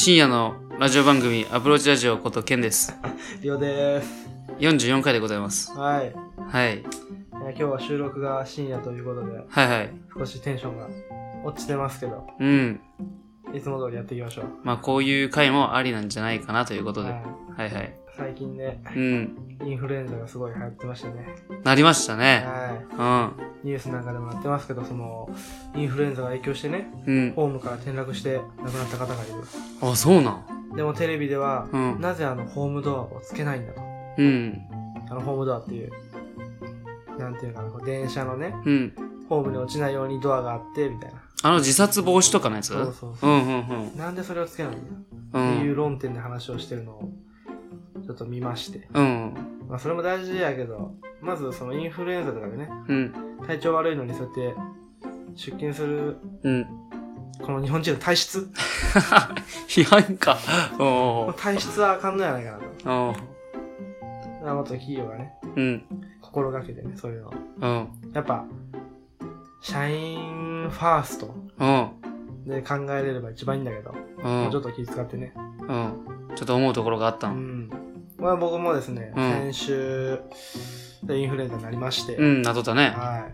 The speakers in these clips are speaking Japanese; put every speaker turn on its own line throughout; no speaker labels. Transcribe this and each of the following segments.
深夜のラジオ番組アプローチラジオことケンです。
りょうです。
44回でございます。
はい。
はい。
今日は収録が深夜ということで、
はいはい。
少しテンションが落ちてますけど、
うん。
いつも通りやっていきましょう。
まあこういう回もありなんじゃないかなということで。はいはい。
最近ね、
うん。
インフルエンザがすごい流行ってましたね。
なりましたね。
はい。ニュースなんかでもなってますけど、その、インフルエンザが影響してね、ホームから転落して亡くなった方がいる。
あ、そうなん。
でもテレビでは、なぜホームドアをつけないんだと。
うん。
ホームドアっていう、なんていうかな、電車のね、ホームに落ちないようにドアがあって、みたいな。
自殺防止とかのやつ？
そうそうそう。なんでそれをつけないんだっていう論点で話をしてるのを、ちょっと見まして。まあそれも大事やけど、まずそのインフルエンザとかでね、体調悪いのにそうやって出勤する、この日本人の体質
批判か。
体質はあかんのやないかなと。もっと企業がね、心がけてね、そういうの。やっぱ、社員ファーストで考えれれば一番いいんだけど、もうちょっと気遣ってね。
ちょっと思うところがあったの。
まあ僕もですね、先週、インフルエンザになりまして。
なっとったね。
はい。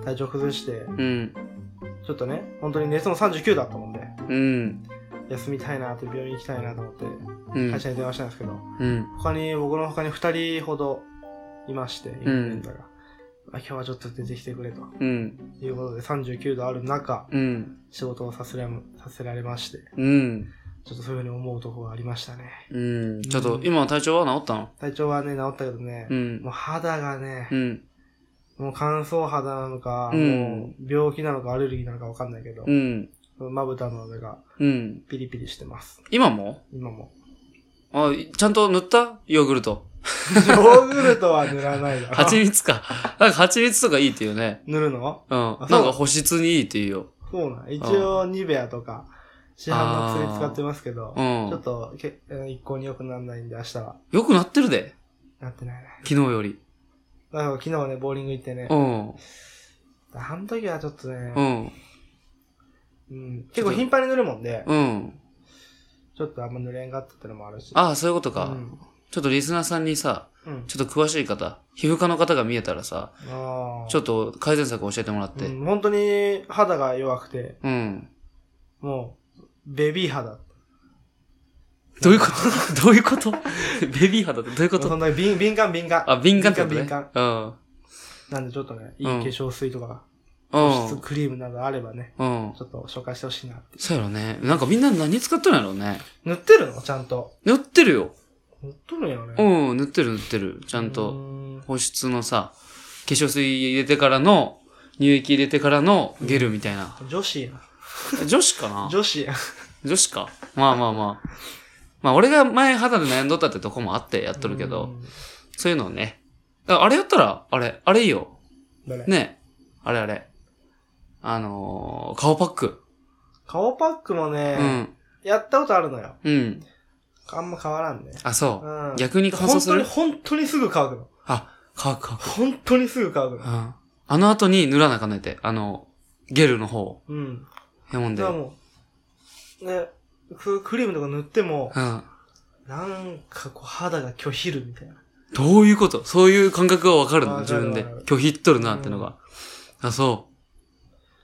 体調崩して、ちょっとね、本当に熱も39だったもんで、休みたいなって病院行きたいなと思って、会社に電話したんですけど、僕の他に2人ほどいまして、インフルエンザが。今日はちょっと出てきてくれと。いうことで39度ある中、仕事をさせられまして、ちょっとそういうふうに思うところがありましたね。
ちょっと今体調は治ったの？
体調はね、治ったけどね、もう肌がね、もう乾燥肌なのか、もう病気なのかアレルギーなのかわかんないけど、まぶたの上がピリピリしてます。
今も？
今も。
ちゃんと塗った？ヨーグルト。
ヨーグルトは塗らないだろ。
蜂蜜か。なんか蜂蜜とかいいって言うね。
塗るの？
なんか保湿にいいって言うよ。
そうなん。一応ニベアとか、市販の薬使ってますけど、ちょっと一向に良くならないんで明日は。
良くなってるで。
なってないね。
昨日より。
昨日ね、ボーリング行ってね。あの時はちょっとね、結構頻繁に塗るもんで、ちょっとあんま塗れんかったってのもあるし。
そういうことか。ちょっとリスナーさんにさ、ちょっと詳しい方、皮膚科の方が見えたらさ、ちょっと改善策教えてもらって。
本当に肌が弱くて、もう、ベビー肌。
どういうことどういうことベビー肌ってどういうこと？
そんな敏感。
敏感ってことね。
なんでちょっとね、いい化粧水とか、保湿クリームなどあればね、ちょっと紹介してほしいなって。
そうやろね。なんかみんな何使ってるんやろうね。
塗ってるのちゃんと。
塗ってるよ。
塗っとるんやろね。
塗ってる。ちゃんと。保湿のさ、化粧水入れてからの、乳液入れてからのゲルみたいな。
女子や。
女子かな？
女子や。
女子か。まあ俺が前肌で悩んどったってとこもあってやっとるけど、そういうのをね。あれやったら、あれいいよ。ね。あれ。顔パック。
顔パックもね、やったことあるのよ。あんま変わらんね。
そう。逆に乾燥する？
本当にすぐ乾くの。
乾く。
本当にすぐ乾くの。
あの後に塗らなあかんねって。ゲルの方。へもんで。
もう、ね、クリームとか塗っても、なんか肌が拒否るみたいな。
どういうこと？そういう感覚がわかるの？自分で。拒否っとるなってのが。そう。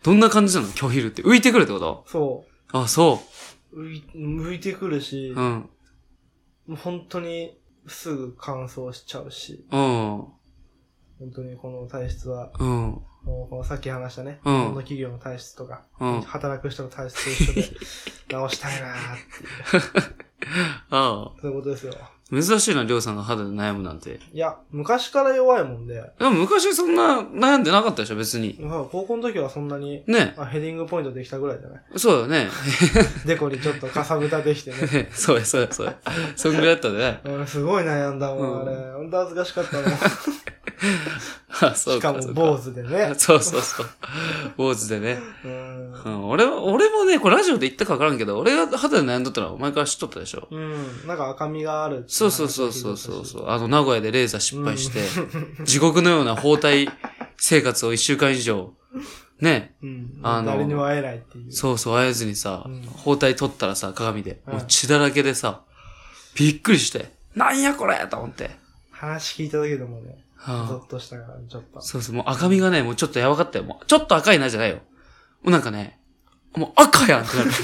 どんな感じなの？拒否るって。浮いてくるってこと？
そう。
そう。
浮いてくるし、もう本当にすぐ乾燥しちゃうし、本当にこの体質は、もうこのさっき話したね、日本の企業の体質とか、働く人の体質と一緒で直したいなーっていう。そういうことですよ。
珍しいな、りょうさんが肌で悩むなんて。
いや、昔から弱いもんで。
でも昔そんな悩んでなかったでしょ、別に。
高校の時はそんなに。
ね。
ヘディングポイントできたぐらいじゃない？
そうだね。
デコにちょっとかさぶたできてね。
そうや。そんぐらいだったね。
すごい悩んだもん、あれ。ほんと恥ずかしかったもん。
そうか。
しかも坊主でね。
そう。坊主でね。俺もね、これラジオで言ったかわからんけど、俺が肌で悩んどったら前から知っとったでしょ。
なんか赤みがある。
そう。名古屋でレーザー失敗して、地獄のような包帯生活を1週間以上ね。
誰にも会えないっていう。
そうそう、会えずにさ、包帯取ったらさ、鏡で、もう血だらけでさ、びっくりして、なんやこれと思って。
話聞いただけでもね、ゾッとしたから、ちょっと。
そうそう、もう赤みがね、もうちょっとやばかったよ。もうちょっと赤いなじゃないよ。もうなんかね、もう赤やんってなる。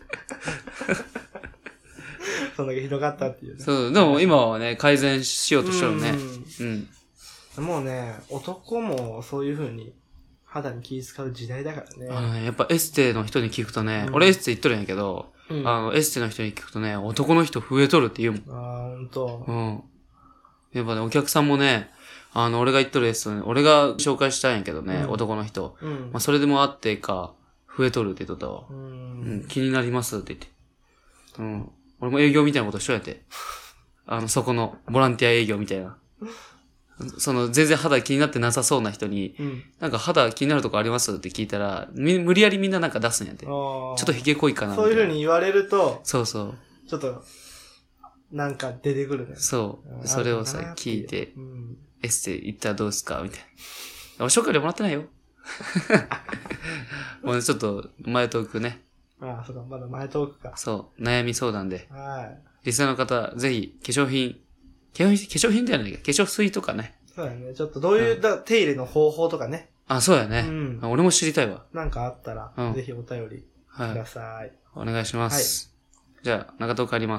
そんだけひどかったっていう、ね。
そう、でも今はね、改善しようとしてるね。
もうね、男もそういう風に肌に気使う時代だからね。
やっぱエステの人に聞くとね、俺エステ行っとるんやけど、エステの人に聞くとね、男の人増えとるって言うもん。
ほんと。
やっぱね、お客さんもね、俺が行っとるエステね、俺が紹介したんやけどね、男の人。まあ、それでもあってか、増えとるって言っとったわ。気になりますって言って。俺も営業みたいなことしとやって。そこの、ボランティア営業みたいな。全然肌気になってなさそうな人に、なんか肌気になるとこありますって聞いたら、無理やりみんななんか出すんやって。ちょっとヒゲ濃いかなみたいな。
そういう風に言われると、
そうそう。
ちょっと、なんか出てくるね。
そう。それをさ、聞いて、エステ行ったらどうすかみたいな。紹介料もらってないよ。もうちょっと、前トークね。
そうか、まだ前トークか。
そう、悩み相談で。リスナーの方、ぜひ、化粧品ではないけど、化粧水とかね。
そうやね。ちょっとどういう手入れの方法とかね。
そうやね。俺も知りたいわ。
なんかあったら、ぜひお便りください。
お願いします。じゃあ、中東帰ります。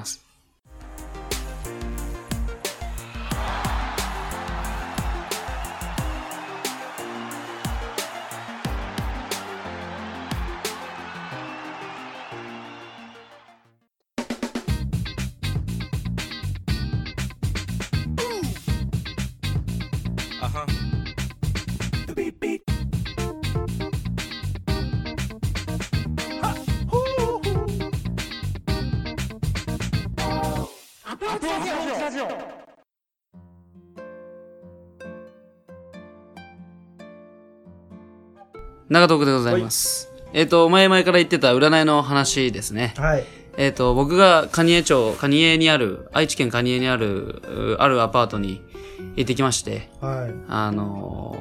長東区でございます。前々から言ってた占いの話ですね。
はい。
僕が愛知県蟹江にある、あるアパートに行ってきまして、
はい。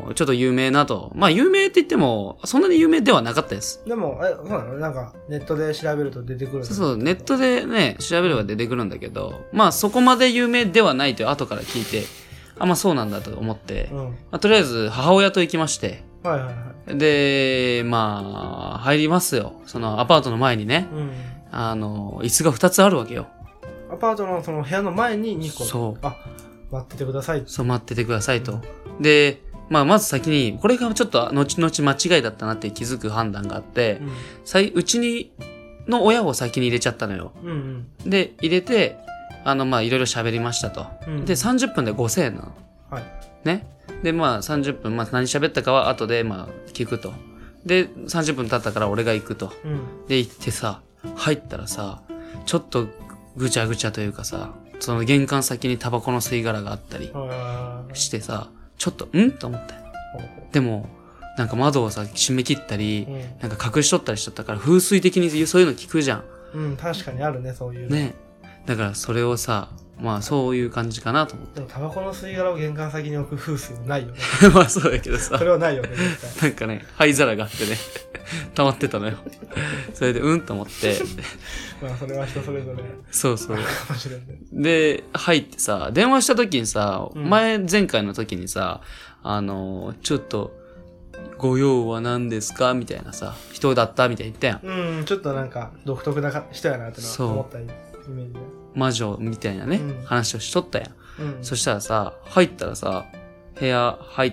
ちょっと有名なと。まあ、有名って言っても、そんなに有名ではなかったです。
でも、そうなの？なんか、ネットで調べると出てくる。
そう、ネットでね、調べれば出てくるんだけど、まあ、そこまで有名ではないという後から聞いて、まあそうなんだと思って、とりあえず母親と行きまして、で、まあ、入りますよ。そのアパートの前にね、椅子が2つあるわけよ。
アパートのその部屋の前に2個。
そう。
待っててください。
そう、待っててくださいと。で、まあ、まず先に、これがちょっと後々間違いだったなって気づく判断があって、うちの親を先に入れちゃったのよ。で、入れて、まあ、いろいろ喋りましたと。で、30分で5000円なの。ね。で、まあ、30分、まあ、何喋ったかは後で、まあ、聞くと。で、30分経ったから俺が行くと。で、行ってさ、入ったらさ、ちょっとぐちゃぐちゃというかさ、その玄関先にタバコの吸い殻があったりしてさ、ちょっと、と思って。でも、なんか窓をさ、閉め切ったり、なんか隠しとったりしとったから、風水的にそういうの聞くじゃん。
確かにあるね、そういうの。
ね。だからそれをさ、まあそういう感じかなと思って。
でもタバコの吸い殻を玄関先に置く風水ないよね。
まあそうだけどさ。
それはないよね、
絶対。なんかね、灰皿があってね、溜まってたのよ。それでと思って。
まあそれは人それぞれ。
そうそう。で、入ってさ、電話した時にさ、前回の時にさ、ちょっと、ご用は何ですかみたいなさ、人だったみたいに言った
やん。ちょっとなんか独特な人やなってのは思ったイメージで。
魔女みたいなね、話をしとったやん。そしたらさ、入ったらさ、部屋入って、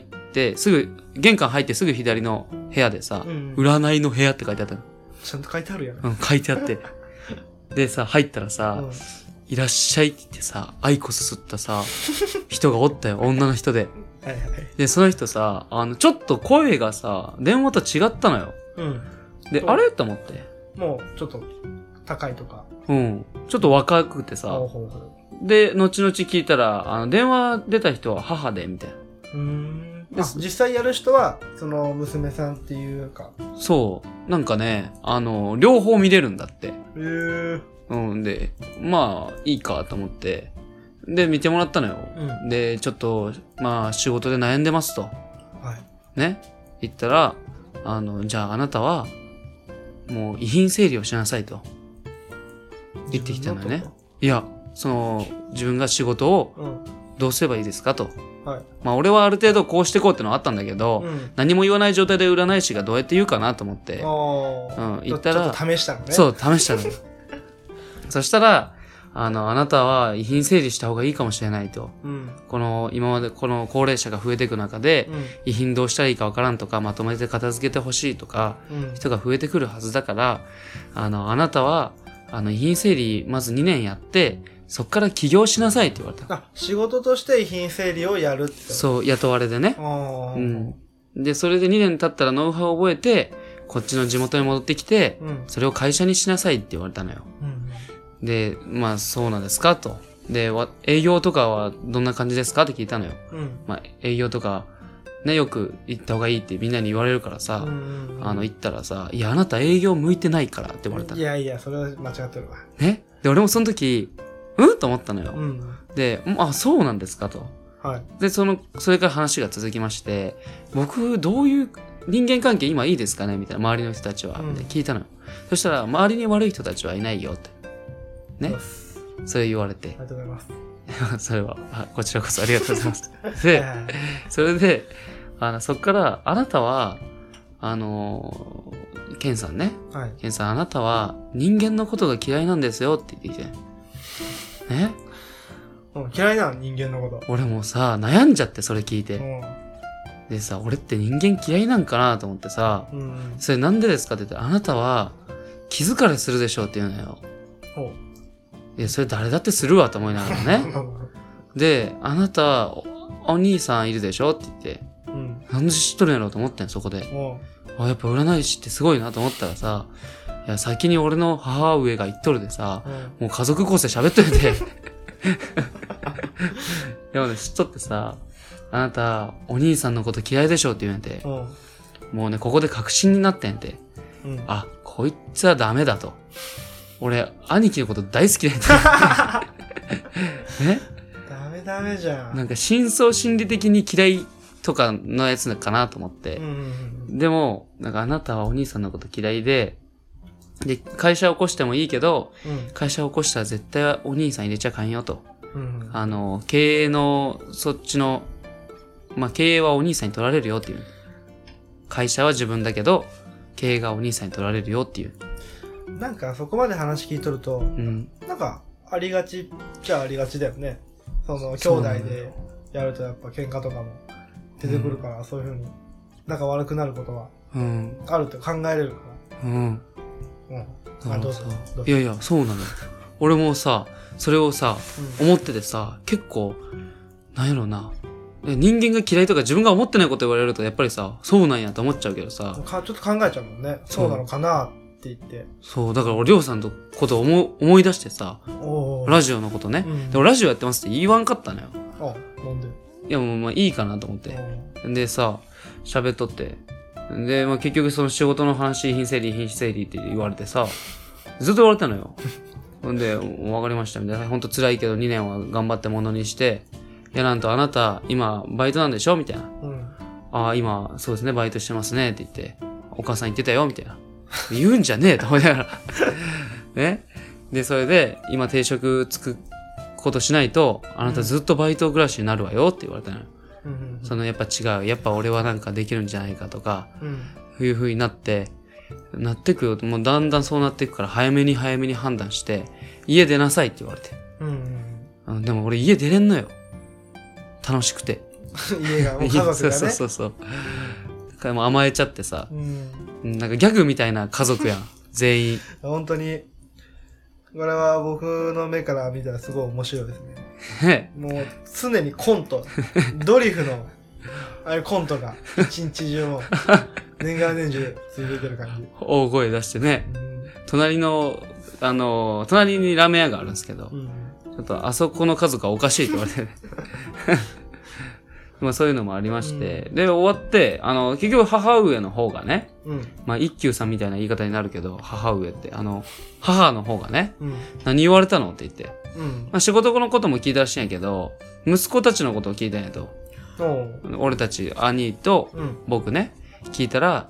玄関入ってすぐ左の部屋でさ、占いの部屋って書いてあったの。
ちゃんと書いてあるやん。
書いてあって。でさ、入ったらさ、いらっしゃいって言ってさ、アイコス吸ったさ、人がおったよ、女の人で。で、その人さ、ちょっと声がさ、電話と違ったのよ。で、あれと思って。
もう、ちょっと、高いとか。
ちょっと若くてさ。で、後々聞いたら、電話出た人は母で、みたいな。
実際やる人は、その、娘さんっていうか。
そう。なんかね、両方見れるんだって。で、まあ、いいかと思って。で、見てもらったのよ。で、ちょっと、まあ、仕事で悩んでますと。ね。言ったら、 じゃああなたは、もう遺品整理をしなさいと。言ってきたのよね。いや、自分が仕事をどうすればいいですかと。はい。まあ俺はある程度こうしてこうってのはあったんだけど、何も言わない状態で占い師がどうやって言うかなと思って、言ったら、
ちょっと試したのね。
そう、試したの。そしたら、あなたは遺品整理した方がいいかもしれないと。今までこの高齢者が増えていく中で、遺品どうしたらいいかわからんとか、まとめて片付けてほしいとか、人が増えてくるはずだから、あなたは、遺品整理まず2年やって、そっから起業しなさいって言われた。
あ、仕事として遺品整理をやるって。
そう、雇われでね。で、それで2年経ったらノウハウを覚えて、こっちの地元に戻ってきて、それを会社にしなさいって言われたのよ。で、まあそうなんですかと。で、営業とかはどんな感じですかって聞いたのよ。まあ営業とか、ね、よく行った方がいいってみんなに言われるからさ、行ったらさ、いや、あなた営業向いてないからって言われたの。
いやいや、それは間違ってるわ。
ね。で、俺もその時、と思ったのよ。で、あ、そうなんですかと。はい。で、それから話が続きまして、僕、どういう人間関係今いいですかねみたいな、周りの人たちは。聞いたのよ。そしたら、周りに悪い人たちはいないよって。ね。それ言われて。
ありがとうござい
ます。それは、こちらこそありがとうございます。で、それで、そっから、あなたは、ケンさんね。はい。ケンさん、あなたは人間のことが嫌いなんですよって言ってきて。
嫌いなの人間のこと。
俺もさ、悩んじゃってそれ聞いて。でさ、俺って人間嫌いなんかなと思ってさ、それなんでですかって言って、あなたは気疲れするでしょって言うのよ。いや、それ誰だってするわと思いながらね。で、あなた、お兄さんいるでしょって言って、なんで知っとるんやろうと思ってん、そこで。やっぱ占い師ってすごいなと思ったらさ、いや、先に俺の母上が言っとるでさ、もう家族構成喋っといて。でもね、知っとってさ、あなた、お兄さんのこと嫌いでしょって言うんやて。もうね、ここで確信になってんて。あ、こいつはダメだと。俺、兄貴のこと大好きだよ。ね？
ダメじゃん。
なんか深層心理的に嫌いとかのやつかなと思って。でも、なんかあなたはお兄さんのこと嫌いで、会社を起こしてもいいけど、会社を起こしたら絶対お兄さん入れちゃあかんよと。経営の、そっちの、まあ、経営はお兄さんに取られるよっていう。会社は自分だけど、経営がお兄さんに取られるよっていう。
なんかそこまで話聞いとると、なんかありがちじゃありがちだよね。兄弟でやるとやっぱ喧嘩とかも出てくるから、そういう風に仲悪くなることはあるって考えれるから。どうぞ。
いやいや、そうなの。俺もさ、それをさ、思っててさ、結構、なんやろうな。人間が嫌いとか自分が思ってないこと言われるとやっぱりさ、そうなんやと思っちゃうけどさ。
ちょっと考えちゃうもんね。そうなのかなって言って。
そう、だから俺、りょうさんのことを思い出してさ、ラジオのことね。でもラジオやってますって言わんかったのよ。
なんで？
いやもうまあいいかなと思って。でさ、喋っとって。で、まあ結局その仕事の話、遺品整理って言われてさ、ずっと言われたのよ。ほんで、わかりましたみたいな。ほんと辛いけど2年は頑張ってものにして、いやなんとあなた、今、バイトなんでしょみたいな。今、そうですね、バイトしてますねって言って、お母さん言ってたよみたいな。言うんじゃねえと思いながら。ね。で、それで、今定職つくことしないと、あなたずっとバイト暮らしになるわよって言われたのよ。やっぱ違う。やっぱ俺はなんかできるんじゃないかとか、いう風になってくよ。もうだんだんそうなっていくから、早めに判断して、家出なさいって言われて。でも俺家出れんのよ。楽しくて。
家が、もう家族がね。
そう。だからもう甘えちゃってさ、なんかギャグみたいな家族やん。全員。
本当に、これは僕の目から見たらすごい面白いですね。もう常にコント、ドリフの、ああいうコントが一日中も年がら年中続いてる感じ。
大声出してね。隣にラーメン屋があるんですけど、ちょっとあそこの家族はおかしいって言われてね。まあそういうのもありまして、で、終わって、結局母上の方がね、まあ一休さんみたいな言い方になるけど、母上って、母の方がね、何言われたのって言って、まあ仕事のことも聞いたらしいんやけど、息子たちのことを聞いたんやと。俺たち、兄と僕ね、聞いたら、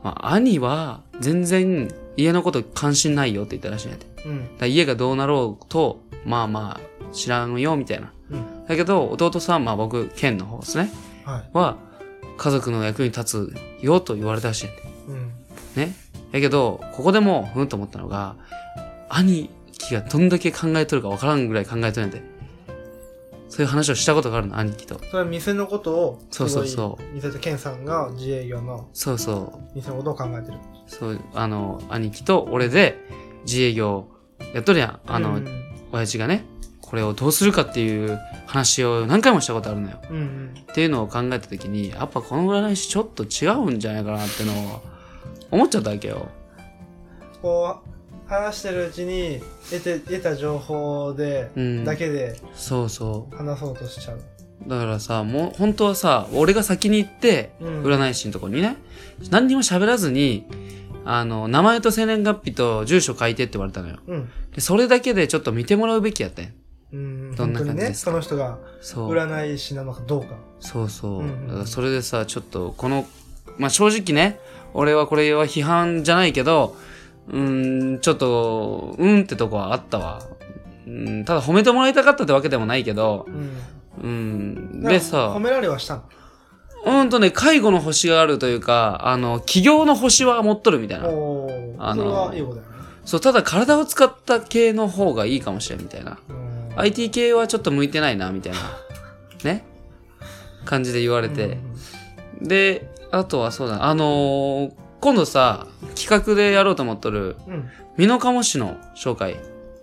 まあ、兄は全然家のこと関心ないよって言ったらしいんやて。だから家がどうなろうと、まあまあ、知らんよ、みたいな。だけど、弟さん、まあ僕、県の方ですね。は、家族の役に立つよと言われたらしいんやて。ね。だけど、ここでも、と思ったのが、兄貴がどんだけ考えとるかわからんぐらい考えとるんやて。そういう話をしたことがあるの、兄貴と。
それは店のことを、
そうそうそう。
店とケンさんが自営業の、
そうそう。
店のことを考えてる。
そう、兄貴と俺で自営業やっとるやん。親父がね、これをどうするかっていう話を何回もしたことあるのよ。っていうのを考えたときに、やっぱこの占い師ちょっと違うんじゃないかなってのを思っちゃったわけよ。
こう、話してるうちに得た情報で、だけで話そうとしちゃう。
だからさ、もう本当はさ、俺が先に行って、占い師のところにね、何にも喋らずに、名前と生年月日と住所書いてって言われたのよ。でそれだけでちょっと見てもらうべきやったん。どんな感じですか？
その人が占い師なのかどうか。
そうそう。だからそれでさ、ちょっとまあ、正直ね、俺はこれは批判じゃないけど、ちょっと、ってとこはあったわ。ただ褒めてもらいたかったってわけでもないけど、でさ、
褒められはしたの？
介護の星があるというか、起業の星は持っとるみたいな。
それはいいことだよね。
そう、ただ体を使った系の方がいいかもしれんみたいな。IT 系はちょっと向いてないな、みたいな。ね。感じで言われて。で、あとはそうだ、今度さ、企画でやろうと思っとる、美濃加茂市の紹介。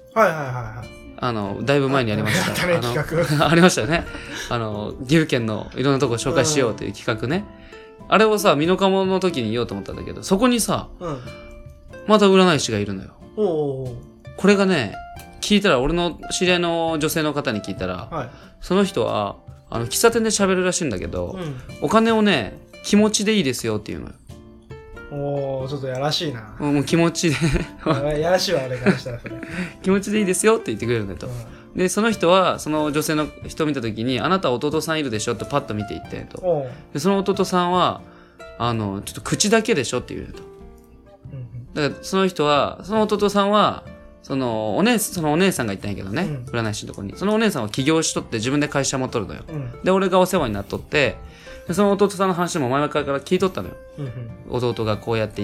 だいぶ前にやりました。
企画。
ありましたよね。岐阜県のいろんなとこ紹介しようという企画ね。あれをさ、美濃加茂の時に言おうと思ったんだけど、そこにさ、また占い師がいるのよ。これがね、聞いたら、俺の知り合いの女性の方に聞いたら、その人は、喫茶店で喋るらしいんだけど、お金をね、気持ちでいいですよっていうのよ。
ちょっとやらしいな。
もう気持ちで
やらしいわ、俺からしたらそれ。
気持ちでいいですよって言ってくれるんだと。で、その人は、その女性の人を見たときに、あなた弟さんいるでしょってパッと見ていってと。で、その弟さんは、ちょっと口だけでしょって言うと。だから、その人は、その弟さんは、そのお姉さんが言ったんやけどね、占い師のとこに。そのお姉さんは起業しとって自分で会社持っとるのよ。で、俺がお世話になっとって、でその弟さんの話も前々から聞いとったのよ。弟がこうやって言って、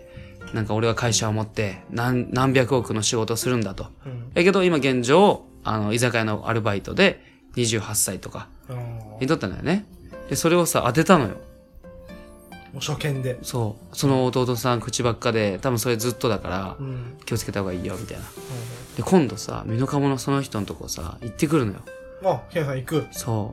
なんか俺は会社を持って何百億の仕事をするんだと。だけど今現状、居酒屋のアルバイトで28歳とか言いとったんだよね。で、それをさ、当てたのよ。
もう初見で。
そう。その弟さん口ばっかで、多分それずっとだから、気をつけた方がいいよ、みたいな。で、今度さ、美濃加茂のその人のとこさ、行ってくるのよ。
ケンさん行く。
そう。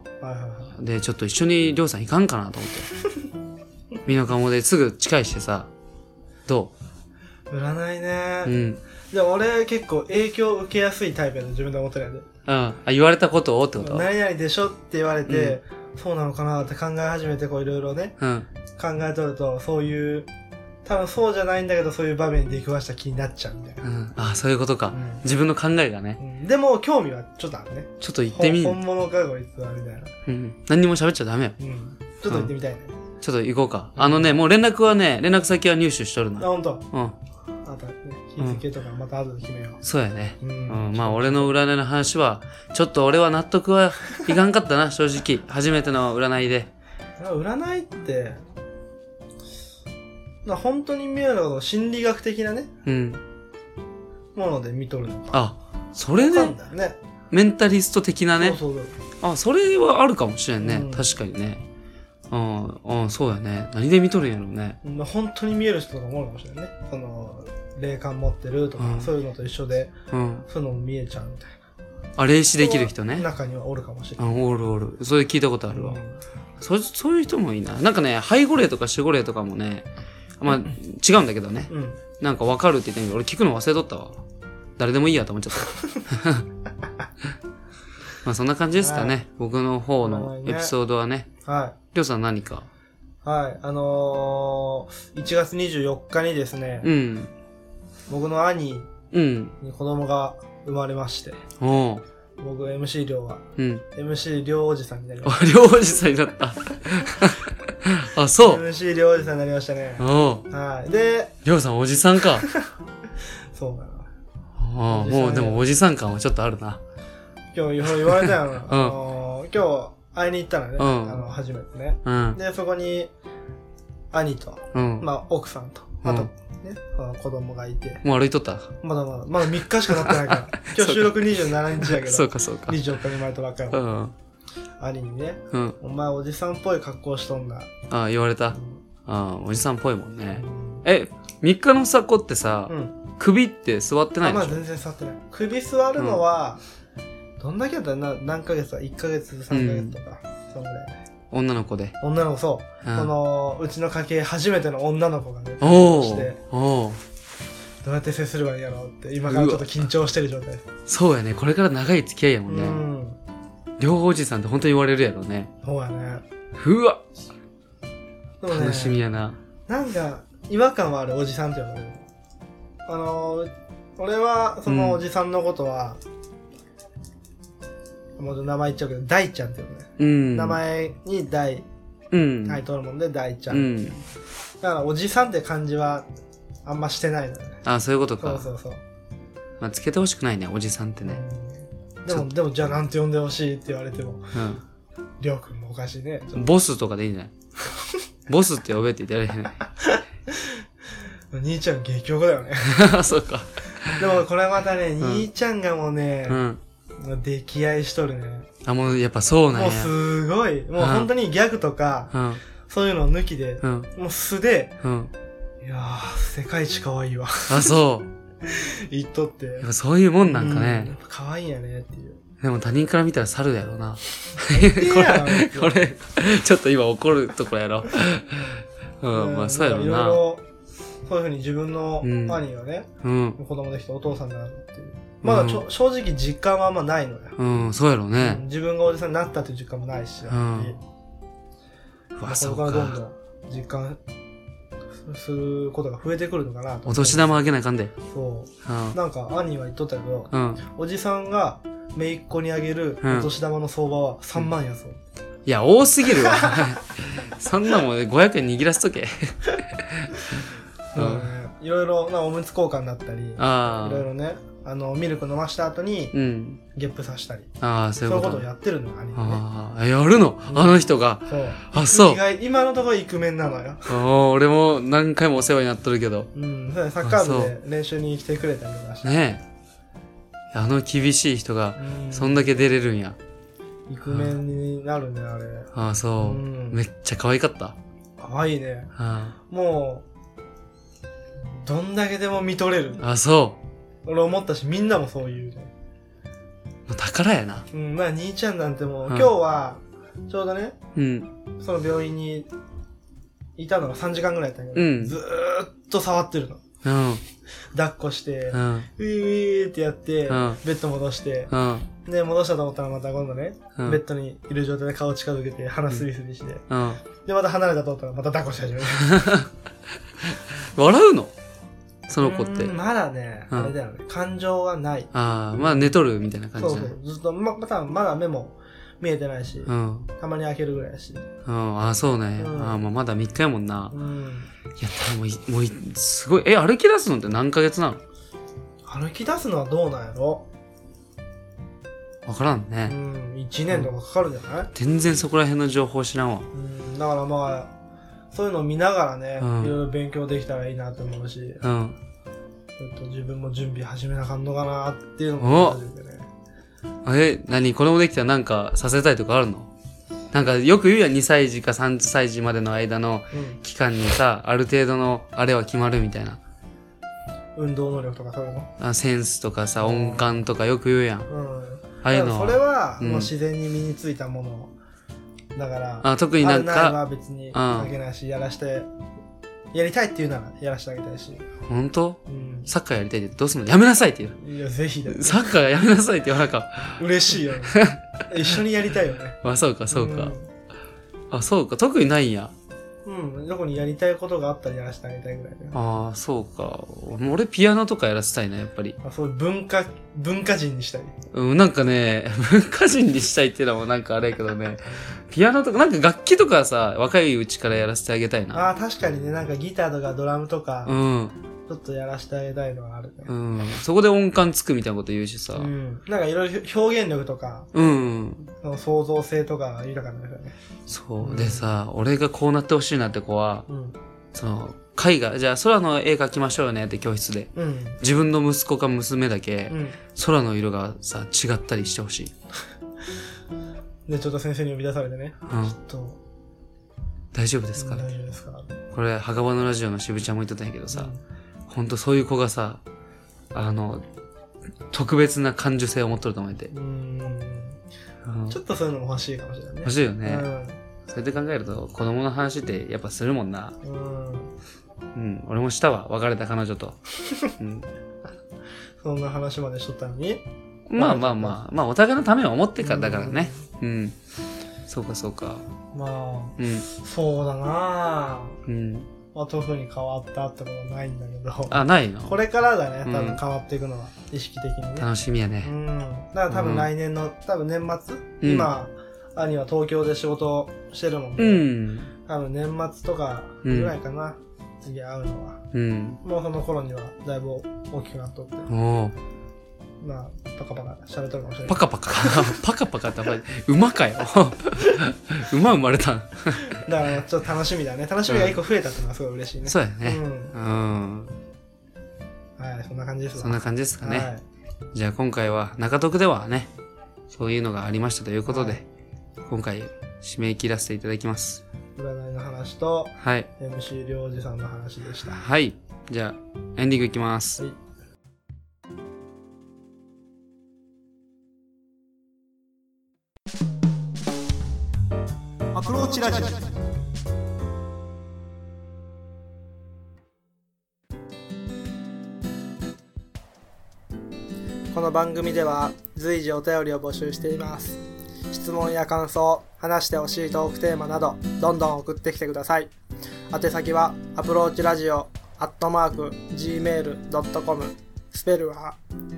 で、ちょっと一緒にりょうさん行かんかなと思って。美濃加茂ですぐ近いしてさ、ど
う？占いね。でも俺結構影響を受けやすいタイプやで、自分で思ってないんで。
言われたことをってこと？
何々でしょって言われて、そうなのかなって考え始めて、こういろいろね、考えとると、そういう、多分そうじゃないんだけど、そういう場面で出くわした気になっちゃうみたいな。
そういうことか。自分の考えがね。
でも、興味はちょっとあるね。
ちょっと行ってみる。
本物かこいつは、みたいな。
何にも喋っちゃダメよ。
ちょっと行ってみたいね。
ちょっと行こうか。もう連絡先は入手しとるの。
ほんと。あとね、日付とかまた後で決めよう。
そうやね。まあ俺の占いの話は、ちょっと俺は納得はいかんかったな、正直。初めての占いで。
占いって、本当に見えるの心理学的なね、もので見とるのか。
それで、メンタリスト的なね。それはあるかもしれんね。確かにね。そうやね。何で見とるんやろうね。
本当に見える人とかもおるかもしれんね。霊感持ってるとか、そういうのと一緒で、そういうのも見えちゃうみたいな。
霊視できる人ね。
中にはおるかもしれない。
おる。それ聞いたことあるわ。そういう人もいいな。なんかね、背後霊とか守護霊とかもね、まあ、違うんだけどね。なんか分かるって言ってんけど、俺聞くの忘れとったわ。誰でもいいやと思っちゃった。まあそんな感じですかね。僕の方のエピソードはね。りょうさん何か。
1月24日にですね、僕の兄に子供が生まれまして、僕 MC 亮は、MC 亮おじさんになりました。
亮おじさんになった。 あ、そう。
MC りょうじさんになりましたね。はい。で、
りょうさんおじさんか。
そうだな。
もうでもおじさん感はちょっとあるな。
今日言われたよ。今日会いに行ったのね。初めてね。で、そこに、兄と、まあ、奥さんと、あと、ね、子供がいて。
もう歩いとった？
まだ3日しか経ってないから。今日収録27日だけど。
そうかそうか。
24日に生まれたばっかり。兄にね、お前おじさんっぽい格好しとんだ。
ああ、言われた。おじさんっぽいもんね。3日のさ子ってさ、首って座ってないでしょ？
まあ全然座ってない。首座るのは、どんだけだったら何ヶ月だ ?1 ヶ月、3ヶ月とか、そのぐらい。
女の子で。
女の子、そう。うちの家系初めての女の子がね、してどうやって接すればいいんやろうって、今からちょっと緊張してる状態です。
そうやね。これから長い付き合いやもんね。両方おじさんって本当に言われるやろね。
そうやね。
うわ楽しみやな。
なんか、違和感はあるおじさんって言われる。俺は、そのおじさんのことは、もう名前言っちゃうけど、大ちゃんって言うね。名前に大、タイトルもんで大ちゃん。だから、おじさんって感じは、あんましてないのよね。
あ、そういうことか。
そう。
まあ、つけてほしくないね、おじさんってね。
でも、じゃあなんて呼んでほしいって言われても、りょうくんもおかしいね。
ボスとかでいいんじゃない？ボスって呼べって言ってやれへん。
兄ちゃん激強だよね。
そうか。
でもこれまたね、兄ちゃんがもうね、溺愛しとるね。
あ、もうやっぱそうなんや。
もうすごい。もう本当にギャグとか、そういうのを抜きで、もう素で、いやー、世界一可愛いわ。
あ、そう。
言っとって。
やっぱそういうもんなんかね。
やっぱ可愛いんやねっていう。
でも他人から見たら猿やろな。これ、ちょっと今怒るとこやろ。まあそうやろな。
いろいろ、そういうふうに自分の兄がね、子供できたお父さんになるっていう。まだ正直実感はあんまないの
よ。そうやろね。
自分がおじさんになったっていう実感もないし。これからどんどん実感することが増えてくるのかなと。
お年玉あげないかんで。
そう。なんか兄は言っとったけど、おじさんが姪っ子にあげるお年玉の相場は3万やそう。
いや、多すぎるわ。そんなもん500円握らせとけ。
いろいろなおむつ交換だったり、いろいろね、ミルク飲ました後に、ゲップさせたり。そういうことをやってるのよ、兄ね。
やるの？あの人が。
そう。
あ、そう。
今のところイクメンなのよ。
俺も何回もお世話になっとるけど。
サッカー部で練習に来てくれたりとかして。
ねえ。厳しい人が、そんだけ出れるんや。
イクメンになるね、あれ。
そう。めっちゃ可愛かった。
可愛いね。もう、どんだけでも見とれる。
そう。
俺思ったし、みんなもそう言うね。
宝やな。
まあ、兄ちゃんなんてもう、今日は、ちょうどね、その病院にいたのが3時間ぐらいやったんやけど、ずーっと触ってるの。抱っこして、ウィーウィーってやって、ベッド戻して、で、戻したと思ったらまた今度ね、ベッドにいる状態で顔近づけて、鼻スリスリして、で、また離れたと思ったらまた抱っこし始める。
笑うの？その子って。
まだね、あれだよね。感情はない。
まあ寝とるみたいな感じだね。
そう。ずっと、まだ目も見えてないし、たまに開けるぐらいだし。
そうね。まだ3日やもんな。いや、もう、すごい。歩き出すのって何ヶ月なの？
歩き出すのはどうなんやろ？
わからんね。
1年とかかかるんじゃない？
全然そこら辺の情報知らんわ。
だからまあ、そういうのを見ながらね、いろいろ勉強できたらいいなと思うし、ちょっと自分も準備始めなあかんのかなっていうのも初めてね。
何子供できたらなんかさせたいとかあるの？なんかよく言うやん、2歳児か3歳児までの間の期間にさ、ある程度のあれは決まるみたいな。
運動能力とかそういうの？
センスとかさ、音感とかよく言うやん。
ああいうの。それはもう自然に身についたもの。だから、
特になんか、
あるないは別に関係ないし、やりたいって言うならやらしてあげたいし。
本当？サッカーやりたいってどうすんの？やめなさいって言う。
いや、ぜひだよ。
サッカーやめなさいって言わなか。
嬉しいよね。一緒にやりたいよね。
そうか。そうか。特にないんや。
どこにやりたいことがあったらやらせてあげたいぐらいだよ。
そうか。俺ピアノとかやらせたいな、やっぱり。
そう、文化人にしたい。
なんかね、文化人にしたいっていうのもなんかあれやけどね、 ピアノとか、なんか楽器とかさ、若いうちからやらせてあげたいな。
ああ、確かにね、なんかギターとかドラムとか、
うん。
ちょっとやらせてあげたいのがあるね。
うん。そこで音感つくみたいなこと言うしさ。
うん。なんかいろいろ表現力とか、うん。その創造性とか豊かなんですよね。
そう。でさ、俺がこうなってほしいなって子は、その、絵画、じゃあ空の絵描きましょうよねって教室で。自分の息子か娘だけ、空の色がさ、違ったりしてほしい。
で、ちょっと先生に呼び出されてね。ちょっと。
大丈夫ですか？
大丈夫ですか？
これ、墓場のラジオの渋ちゃんも言ってたんやけどさ、ほんとそういう子がさ、特別な感受性を持っとると思えて。
ちょっとそういうのも欲しいかもしれないね。
欲しいよね。そうやって考えると、子供の話ってやっぱするもんな。俺もしたわ、別れた彼女と。
そんな話までしとったのに。
まあ、お互いのためを思ってからだからね。そうか、そうか。
まあ、そうだなまあ、特に変わったってことはないんだけど。
あ、ないの？
これからだね、多分変わっていくのは、意識的にね。
楽しみやね。
だから多分来年の、多分年末、今、兄は東京で仕事してるもんね。多分年末とかぐらいかな、次会うのは。もうその頃にはだいぶ大きくなっとって。まあ、パカパカ喋っとるかもしれない。
パカパカパカパカって馬かよ。馬生まれた。
だからちょっと楽しみだね。楽しみが一個増えたってのはすごい嬉しいね。
そうやね。
はい、そんな感じです。
そんな感じですかね。じゃあ今回は中徳ではね、そういうのがありましたということで、今回締め切らせていただきます。
占いの話と、MC 良二さんの話でした。
はい。じゃあエンディングいきます。
アプローチラジオ。この番組では随時お便りを募集しています。質問や感想、話してほしいトークテーマなどどんどん送ってきてください。宛先はアプローチラジオ@gmail.com、 スペルは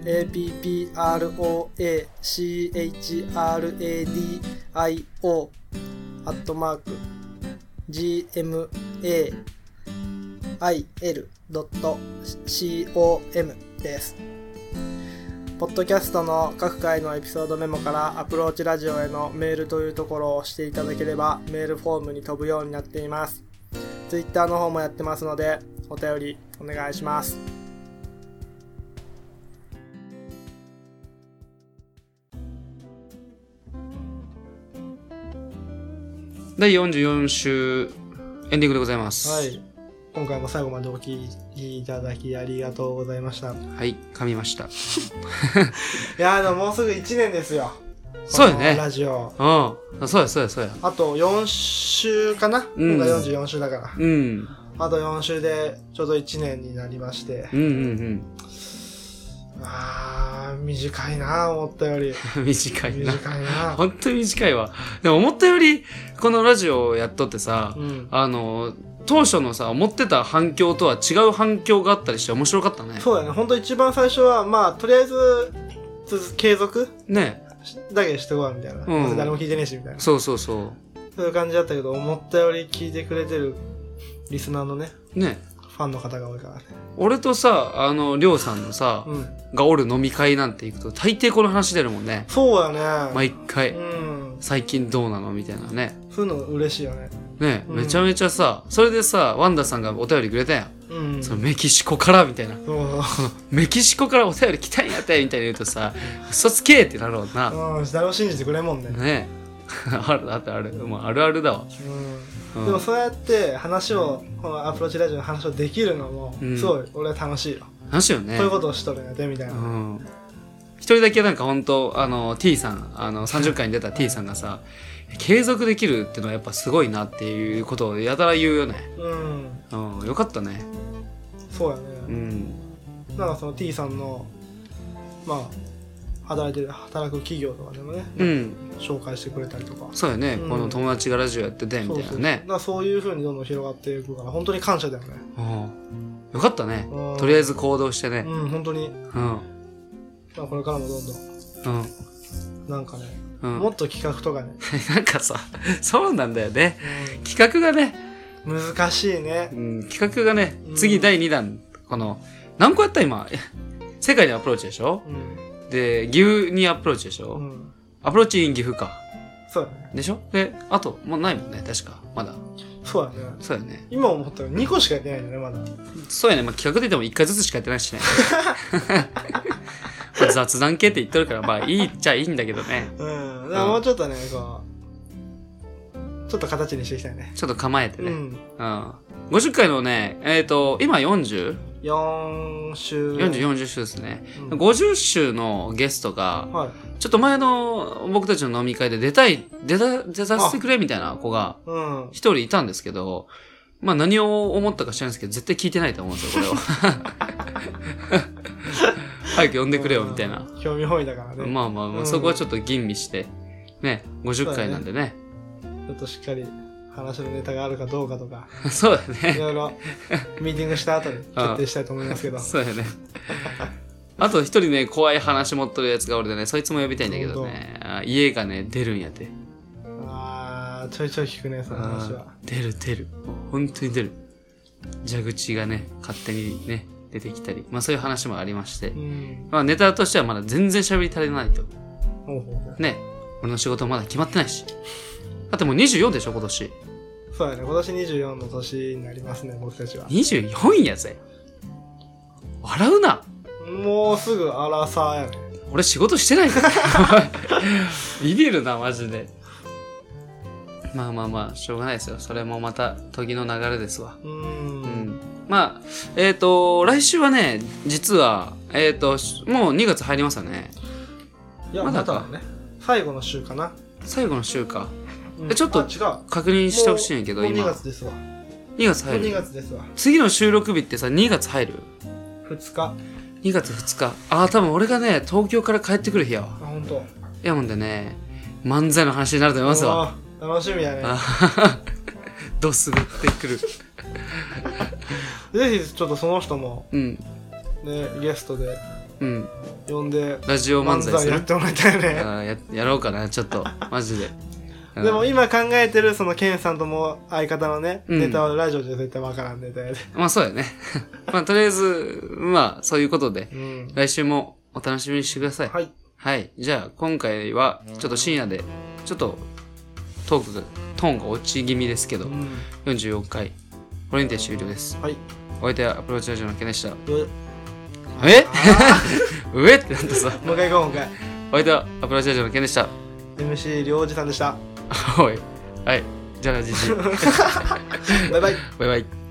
APPROACHRADIO @gmail.com です。ポッドキャストの各回のエピソードメモからアプローチラジオへのメールというところを押していただければメールフォームに飛ぶようになっています。ツイッターの方もやってますのでお便りお願いします。
第44週エンディングでございます。
はい。今回も最後までお聞きいただきありがとうございました。
はい、噛みました。い
やでももうすぐ1年ですよ。
そうやね。
ラジオ。
そうや。
あと4週かな、今回44週だから。あと4週でちょうど1年になりまして。短いな思ったより。
短いな。
本
当に短いわ。でも思ったより、このラジオをやっとってさ、当初のさ、思ってた反響とは違う反響があったりして面白かったね。
そうだね。本当一番最初は、まあ、とりあえず、継続
ね。
だけしてこいみたいな。誰も聞いてねえし、みたいな。
そう。
そういう感じだったけど、思ったより聞いてくれてるリスナーのね。ファンの方が多いからね。
俺とさ、りょうさんのさ、がおる飲み会なんて行くと、大抵この話出るもんね。
そうやね。
毎回。最近どうなのみたいなね。
そういうの嬉しいよね。
ね、めちゃめちゃさ、それでさ、ワンダさんがお便りくれたやん。そのメキシコからみたいな。メキシコからお便り来たんやってみたいな言うとさ、嘘つけってなろうな。
誰も信じてくれんもんね。
ね。あるある。もうあるあるだわ。
でもそうやって話を、このアプローチラジオの話をできるのも、すごい俺は楽しいよ。
楽しいよね。
こういうことをしとるんやで、みたいな。
一人だけなんかほんと、T さん、30回に出た T さんがさ、継続できるってのはやっぱすごいなっていうことをやたら言うよね。よかったね。
そうやね。なんかその T さんの、まあ、働く企業とかでもね、紹介してくれたりとか。
そうやね。この友達がラジオやってて、みたいなね。
だからそういう風にどんどん広がっていくから、本当に感謝だよね。
よかったね。とりあえず行動してね。
本当に。まあこれからもどんどん。なんかね、 もっと企画とかね。
なんかさ、そうなんだよね。企画がね。
難しいね。
企画がね、次第2弾、何個やった今。世界にアプローチでしょ、で、岐阜にアプローチでしょ、アプローチイン岐阜か。
そうだね。
でしょで、あと、もうないもんね、確か。まだ。
そうだね。
そうだね。
今思ったら2個しかやってないんだね、まだ。
そうやね。企画で言っても1回ずつしかやってないしね。雑談系って言っとるから、まあいいっちゃいいんだけどね。
だからもうちょっとね、ちょっと形にしていきたいね。
ちょっと構えてね。50回のね、今 40？
4週。
40週ですね。50週のゲストが、ちょっと前の僕たちの飲み会で出させてくれみたいな子が、一人いたんですけど、まあ何を思ったか知らないですけど、絶対聞いてないと思うんですよ、これを。早く呼んでくれよ、みたいな。
興味本位だからね。
まあ、そこはちょっと吟味して、ね、50回なんでね。
ちょっとしっかり話のネタがあるかどうかとか。
そうだね。
いろいろミーティングした後に決定したいと思いますけど。
そうだね。あと一人ね、怖い話持っとるやつがおるでね、そいつも呼びたいんだけどね。家がね、出るんやて。
ちょいちょい聞くね、その話は。
出る。本当に出る。蛇口がね、勝手にね、出てきたり。まあそういう話もありまして。まあネタとしてはまだ全然喋り足りないと。ね。俺の仕事まだ決まってないし。だってもう24でしょ、今年。
そうだね、今年24の年になりますね、僕たちは。
24やぜ。笑うな。
もうすぐアラサーやね。
俺仕事してないからビビるな、マジで。まあ、しょうがないですよ。それもまた時の流れですわ。まあ、来週はね、実は、もう2月入りますよね。
いや、まだね。最後の週かな。
最後の週か。ちょっと確認してほしいんやけど、
今。2月ですわ。
2月入る。
2月ですわ。
次の収録日ってさ、2月入る
?2 日。
2月2日。多分俺がね、東京から帰ってくる日やわ。
ほんと。
いやもんでね、漫才の話になると思いますわ。
楽しみやね。
どすべってくる。
ぜひ、ちょっとその人も、ね、ゲストで、呼んで、
ラジオ漫才する
やってもらいたいね。
やろうかな、ちょっと、マジで。
でも今考えてるそのケンさんとも相方のね、ネタはラジオで絶対わからんネタやで。
まあそうやね。まあとりあえず、まあそういうことで、来週もお楽しみにしてください。はい。じゃあ今回はちょっと深夜で、ちょっとトーンが落ち気味ですけど、44回、これにて終了です。お相手はアプローチラジオのケンでした。上ってなんださ。
もう一回行こう、もう一回。
お相手はアプローチラジオのケンでした。
MC りょうじさんでした。
おい。はい。じゃあな、じじ。
バイバイ。
バイバイ。